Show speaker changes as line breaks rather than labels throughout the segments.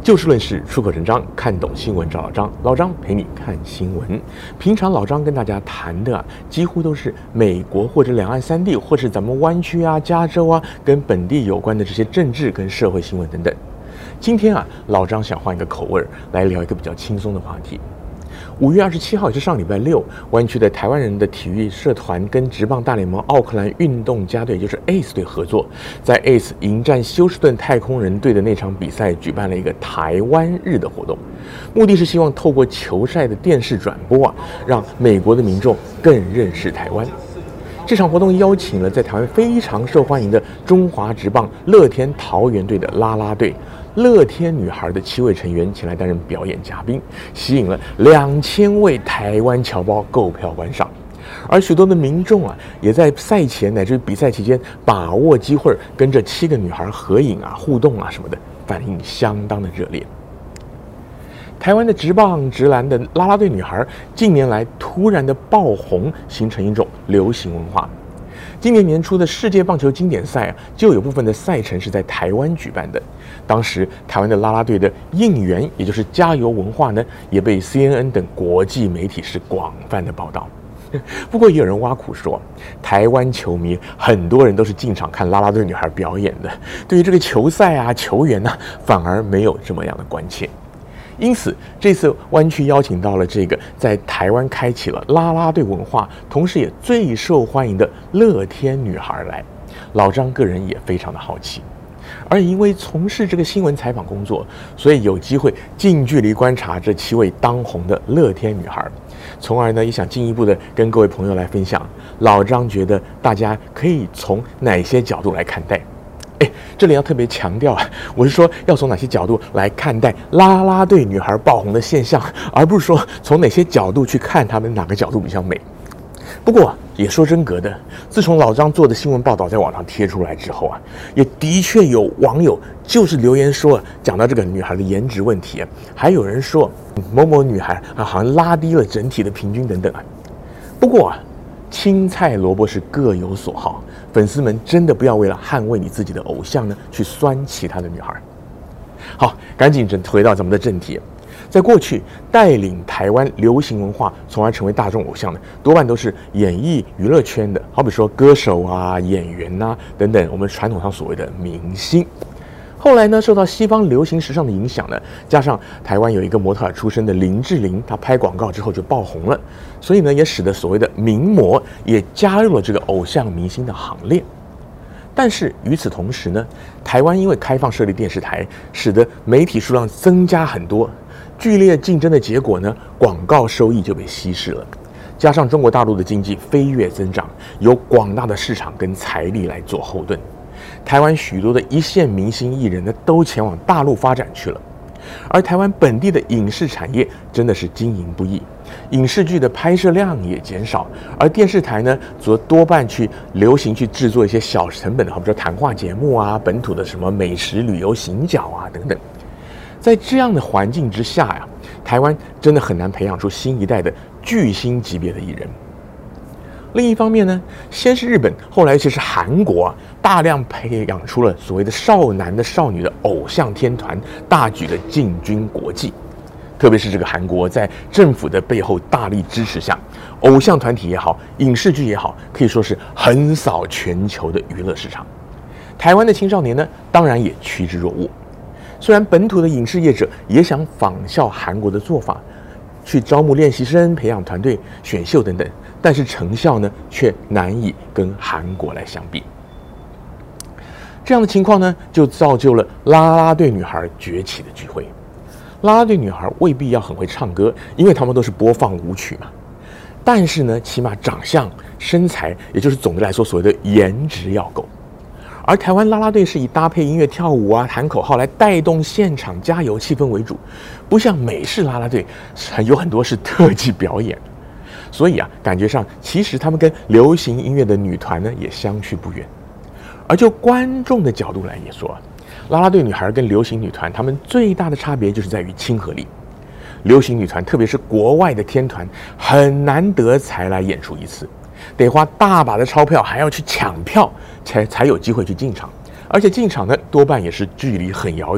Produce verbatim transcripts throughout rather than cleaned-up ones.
就事论事，出口成章，看懂新闻找老张。老张陪你看新闻。平常老张跟大家谈的啊，几乎都是美国或者两岸三地，或是咱们湾区啊、加州啊，跟本地有关的这些政治跟社会新闻等等。今天啊，老张想换一个口味来聊一个比较轻松的话题。五月二十七号，也是上礼拜六，湾区的台湾人的体育社团跟职棒大联盟奥克兰运动家队，就是 A C E 队合作，在 A C E 迎战休斯顿太空人队的那场比赛，举办了一个台湾日的活动，目的是希望透过球赛的电视转播啊，让美国的民众更认识台湾。这场活动邀请了在台湾非常受欢迎的中华职棒乐天桃园队的啦啦队乐天女孩的七位成员前来担任表演嘉宾，吸引了两千位台湾侨胞购票观赏。而许多的民众啊，也在赛前乃至比赛期间把握机会跟这七个女孩合影啊、互动啊什么的，反应相当的热烈。台湾的职棒、职篮的啦啦队女孩近年来突然的爆红，形成一种流行文化。今年年初的世界棒球经典赛啊，就有部分的赛程是在台湾举办的。当时台湾的啦啦队的应援，也就是加油文化呢，也被 C N N 等国际媒体是广泛的报道。不过也有人挖苦说，台湾球迷很多人都是进场看啦啦队女孩表演的，对于这个球赛啊、球员啊，反而没有这么样的关切。因此，这次湾区邀请到了这个在台湾开启了啦啦队文化，同时也最受欢迎的乐天女孩来。老张个人也非常的好奇，而因为从事这个新闻采访工作，所以有机会近距离观察这七位当红的乐天女孩，从而呢也想进一步的跟各位朋友来分享。老张觉得大家可以从哪些角度来看待？哎，这里要特别强调啊，我是说要从哪些角度来看待啦啦队女孩爆红的现象，而不是说从哪些角度去看她们哪个角度比较美。不过也说真格的，自从老张做的新闻报道在网上贴出来之后啊，也的确有网友就是留言说，讲到这个女孩的颜值问题啊，还有人说某某女孩啊好像拉低了整体的平均等等啊。不过啊，青菜萝卜是各有所好，粉丝们真的不要为了捍卫你自己的偶像呢，去酸其他的女孩。好，赶紧回到咱们的正题。在过去，带领台湾流行文化，从而成为大众偶像的，多半都是演艺娱乐圈的，好比说歌手啊、演员啊等等，我们传统上所谓的明星。后来呢，受到西方流行时尚的影响呢，加上台湾有一个模特儿出身的林志玲，她拍广告之后就爆红了，所以呢，也使得所谓的名模也加入了这个偶像明星的行列。但是与此同时呢，台湾因为开放设立电视台，使得媒体数量增加很多，剧烈竞争的结果呢，广告收益就被稀释了。加上中国大陆的经济飞跃增长，有广大的市场跟财力来做后盾，台湾许多的一线明星艺人呢，都前往大陆发展去了。而台湾本地的影视产业真的是经营不易，影视剧的拍摄量也减少，而电视台呢，则多半去流行去制作一些小成本的，好比说谈话节目啊，本土的什么美食旅游行脚啊等等。在这样的环境之下呀，台湾真的很难培养出新一代的巨星级别的艺人。另一方面呢，先是日本，后来尤其是韩国啊，大量培养出了所谓的少男的少女的偶像天团，大举的进军国际。特别是这个韩国，在政府的背后大力支持下，偶像团体也好，影视剧也好，可以说是横扫全球的娱乐市场。台湾的青少年呢，当然也趋之若鹜。虽然本土的影视业者也想仿效韩国的做法，去招募练习生、培养团队、选秀等等，但是成效呢，却难以跟韩国来相比。这样的情况呢，就造就了啦啦队女孩崛起的机会。啦啦队女孩未必要很会唱歌，因为她们都是播放舞曲嘛。但是呢，起码长相、身材，也就是总的来说所谓的颜值要够。而台湾啦啦队是以搭配音乐跳舞啊、喊口号来带动现场加油气氛为主，不像美式啦啦队有很多是特技表演，所以啊，感觉上其实他们跟流行音乐的女团呢也相去不远。而就观众的角度来也说，啦啦队女孩跟流行女团，她们最大的差别就是在于亲和力。流行女团，特别是国外的天团，很难得才来演出一次。得花大把的钞票，还要去抢票，才才有机会去进场。而且进场呢，多半也是距离很遥远，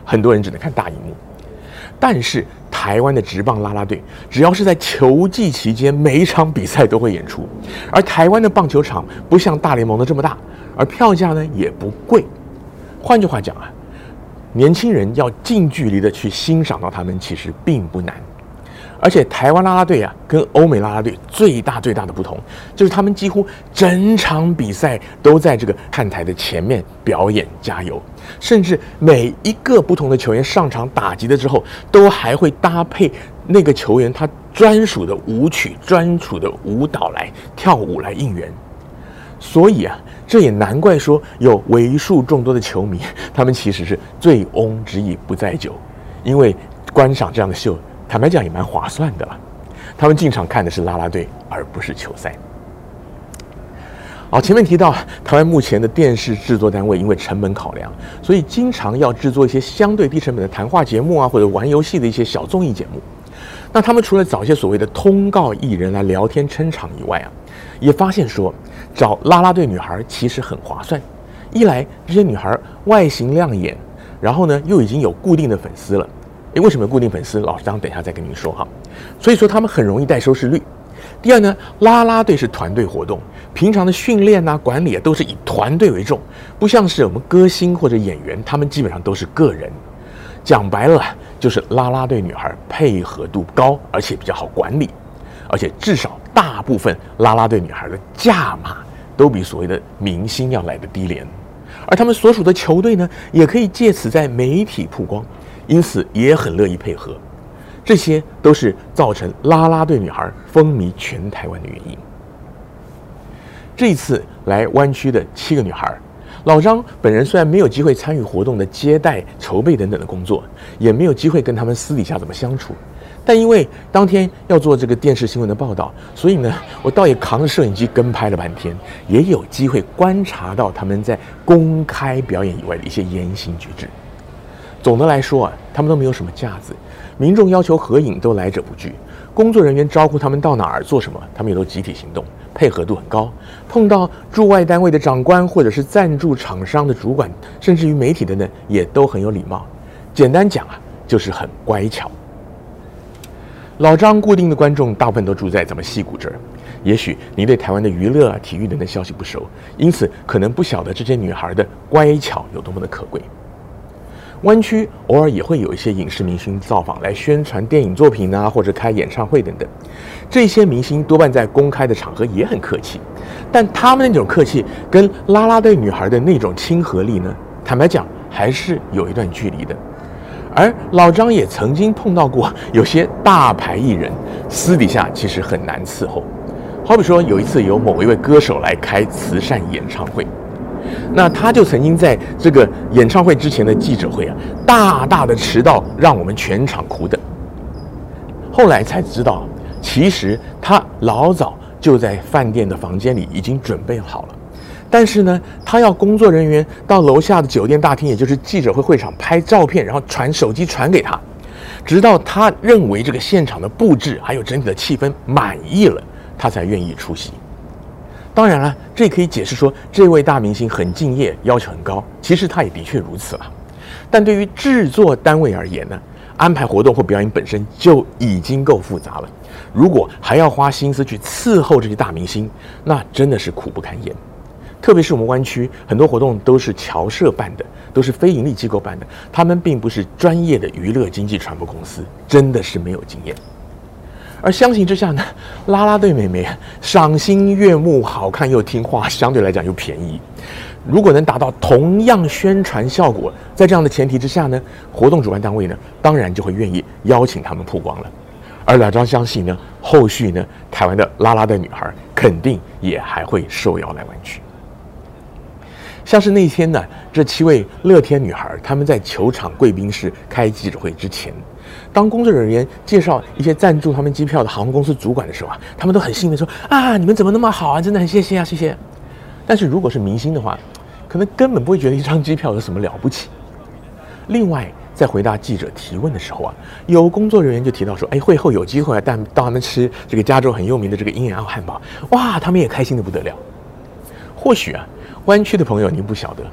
很多人只能看大荧幕。但是台湾的职棒啦啦队，只要是在球季期间，每一场比赛都会演出。而台湾的棒球场不像大联盟的这么大，而票价呢也不贵。换句话讲啊，年轻人要近距离的去欣赏到他们，其实并不难。而且台湾啦啦队啊，跟欧美啦啦队最大最大的不同，就是他们几乎整场比赛都在这个看台的前面表演加油，甚至每一个不同的球员上场打击了之后，都还会搭配那个球员他专属的舞曲、专属的舞蹈来跳舞来应援。所以啊，这也难怪说有为数众多的球迷，他们其实是醉翁之意不在酒，因为观赏这样的秀，坦白讲也蛮划算的了。他们进场看的是啦啦队，而不是球赛。好，前面提到台湾目前的电视制作单位因为成本考量，所以经常要制作一些相对低成本的谈话节目啊，或者玩游戏的一些小综艺节目。那他们除了找一些所谓的通告艺人来聊天撑场以外啊，也发现说找啦啦队女孩其实很划算。一来这些女孩外形亮眼，然后呢又已经有固定的粉丝了。诶，为什么有固定粉丝？老张等一下再跟您说哈。所以说他们很容易带收视率。第二呢，啦啦队是团队活动，平常的训练啊、管理啊都是以团队为重，不像是我们歌星或者演员，他们基本上都是个人。讲白了，就是啦啦队女孩配合度高，而且比较好管理，而且至少大部分啦啦队女孩的价码都比所谓的明星要来的低廉，而他们所属的球队呢，也可以借此在媒体曝光，因此也很乐意配合。这些都是造成啦啦队女孩风靡全台湾的原因。这一次来湾区的七个女孩，老张本人虽然没有机会参与活动的接待、筹备等等的工作，也没有机会跟他们私底下怎么相处，但因为当天要做这个电视新闻的报道，所以呢，我倒也扛着摄影机跟拍了半天，也有机会观察到他们在公开表演以外的一些言行举止。总的来说啊，他们都没有什么架子，民众要求合影都来者不拒，工作人员招呼他们到哪儿做什么，他们也都集体行动，配合度很高。碰到驻外单位的长官或者是赞助厂商的主管，甚至于媒体等等，也都很有礼貌。简单讲啊，就是很乖巧。老张固定的观众大部分都住在咱们矽谷这儿，也许你对台湾的娱乐啊、体育等等消息不熟，因此可能不晓得这些女孩的乖巧有多么的可贵。湾区偶尔也会有一些影视明星造访来宣传电影作品啊，或者开演唱会等等。这些明星多半在公开的场合也很客气，但他们那种客气跟啦啦队女孩的那种亲和力呢，坦白讲还是有一段距离的。而老张也曾经碰到过有些大牌艺人私底下其实很难伺候，好比说有一次有某一位歌手来开慈善演唱会，那他就曾经在这个演唱会之前的记者会啊，大大的迟到，让我们全场苦等。后来才知道，其实他老早就在饭店的房间里已经准备好了，但是呢，他要工作人员到楼下的酒店大厅，也就是记者会会场拍照片，然后传手机传给他，直到他认为这个现场的布置还有整体的气氛满意了，他才愿意出席。当然了，这也可以解释说这位大明星很敬业，要求很高，其实他也的确如此了。但对于制作单位而言呢，安排活动或表演本身就已经够复杂了，如果还要花心思去伺候这些大明星，那真的是苦不堪言。特别是我们湾区很多活动都是侨社办的，都是非营利机构办的，他们并不是专业的娱乐经济传播公司，真的是没有经验。而相形之下呢，啦啦队妹妹赏心悦目、好看又听话，相对来讲又便宜。如果能达到同样宣传效果，在这样的前提之下呢，活动主办单位呢，当然就会愿意邀请他们曝光了。而老张相信呢，后续呢，台湾的啦啦队女孩肯定也还会受邀来湾区。像是那天呢，这七位乐天女孩，她们在球场贵宾室开记者会之前，当工作人员介绍一些赞助他们机票的航空公司主管的时候啊，他们都很兴奋说啊，你们怎么那么好啊，真的很谢谢啊，谢谢。但是如果是明星的话，可能根本不会觉得一张机票有什么了不起。另外，在回答记者提问的时候啊，有工作人员就提到说，哎，会后有机会带到他们吃这个加州很有名的这个鹰眼澳汉堡，哇，他们也开心的不得了。或许啊，湾区的朋友您不晓得，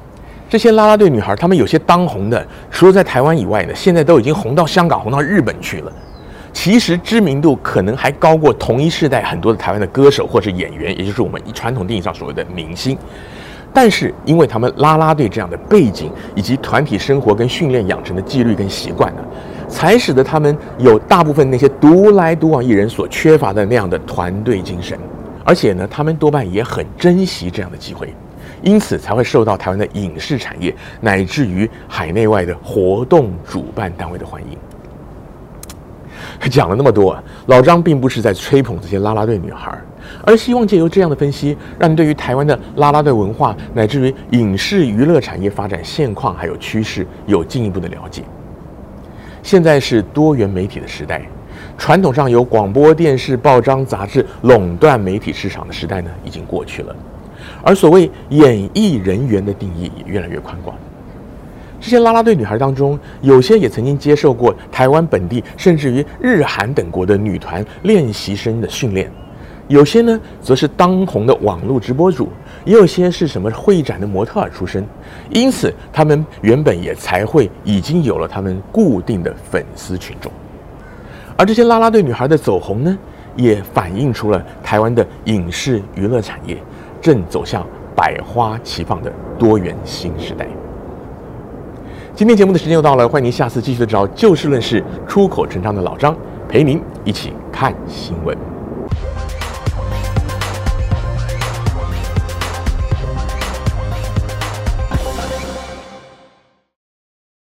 这些啦啦队女孩，她们有些当红的，除了在台湾以外呢，现在都已经红到香港、红到日本去了。其实知名度可能还高过同一世代很多的台湾的歌手或是演员，也就是我们传统定义上所谓的明星。但是因为他们啦啦队这样的背景，以及团体生活跟训练养成的纪律跟习惯呢，才使得他们有大部分那些独来独往艺人所缺乏的那样的团队精神。而且呢，他们多半也很珍惜这样的机会，因此才会受到台湾的影视产业乃至于海内外的活动主办单位的欢迎。讲了那么多，老张并不是在吹捧这些啦啦队女孩，而希望借由这样的分析，让你对于台湾的啦啦队文化乃至于影视娱乐产业发展现况还有趋势有进一步的了解。现在是多元媒体的时代，传统上由广播电视、报章、杂志垄断媒体市场的时代呢，已经过去了。而所谓演艺人员的定义也越来越宽广。这些啦啦队女孩当中，有些也曾经接受过台湾本地甚至于日韩等国的女团练习生的训练，有些呢则是当红的网络直播主，也有些是什么会展的模特儿出身，因此他们原本也才会已经有了他们固定的粉丝群众。而这些啦啦队女孩的走红呢，也反映出了台湾的影视娱乐产业正走向百花齐放的多元新时代。今天节目的时间又到了，欢迎您下次继续的找就事论事、出口成章的老张陪您一起看新闻。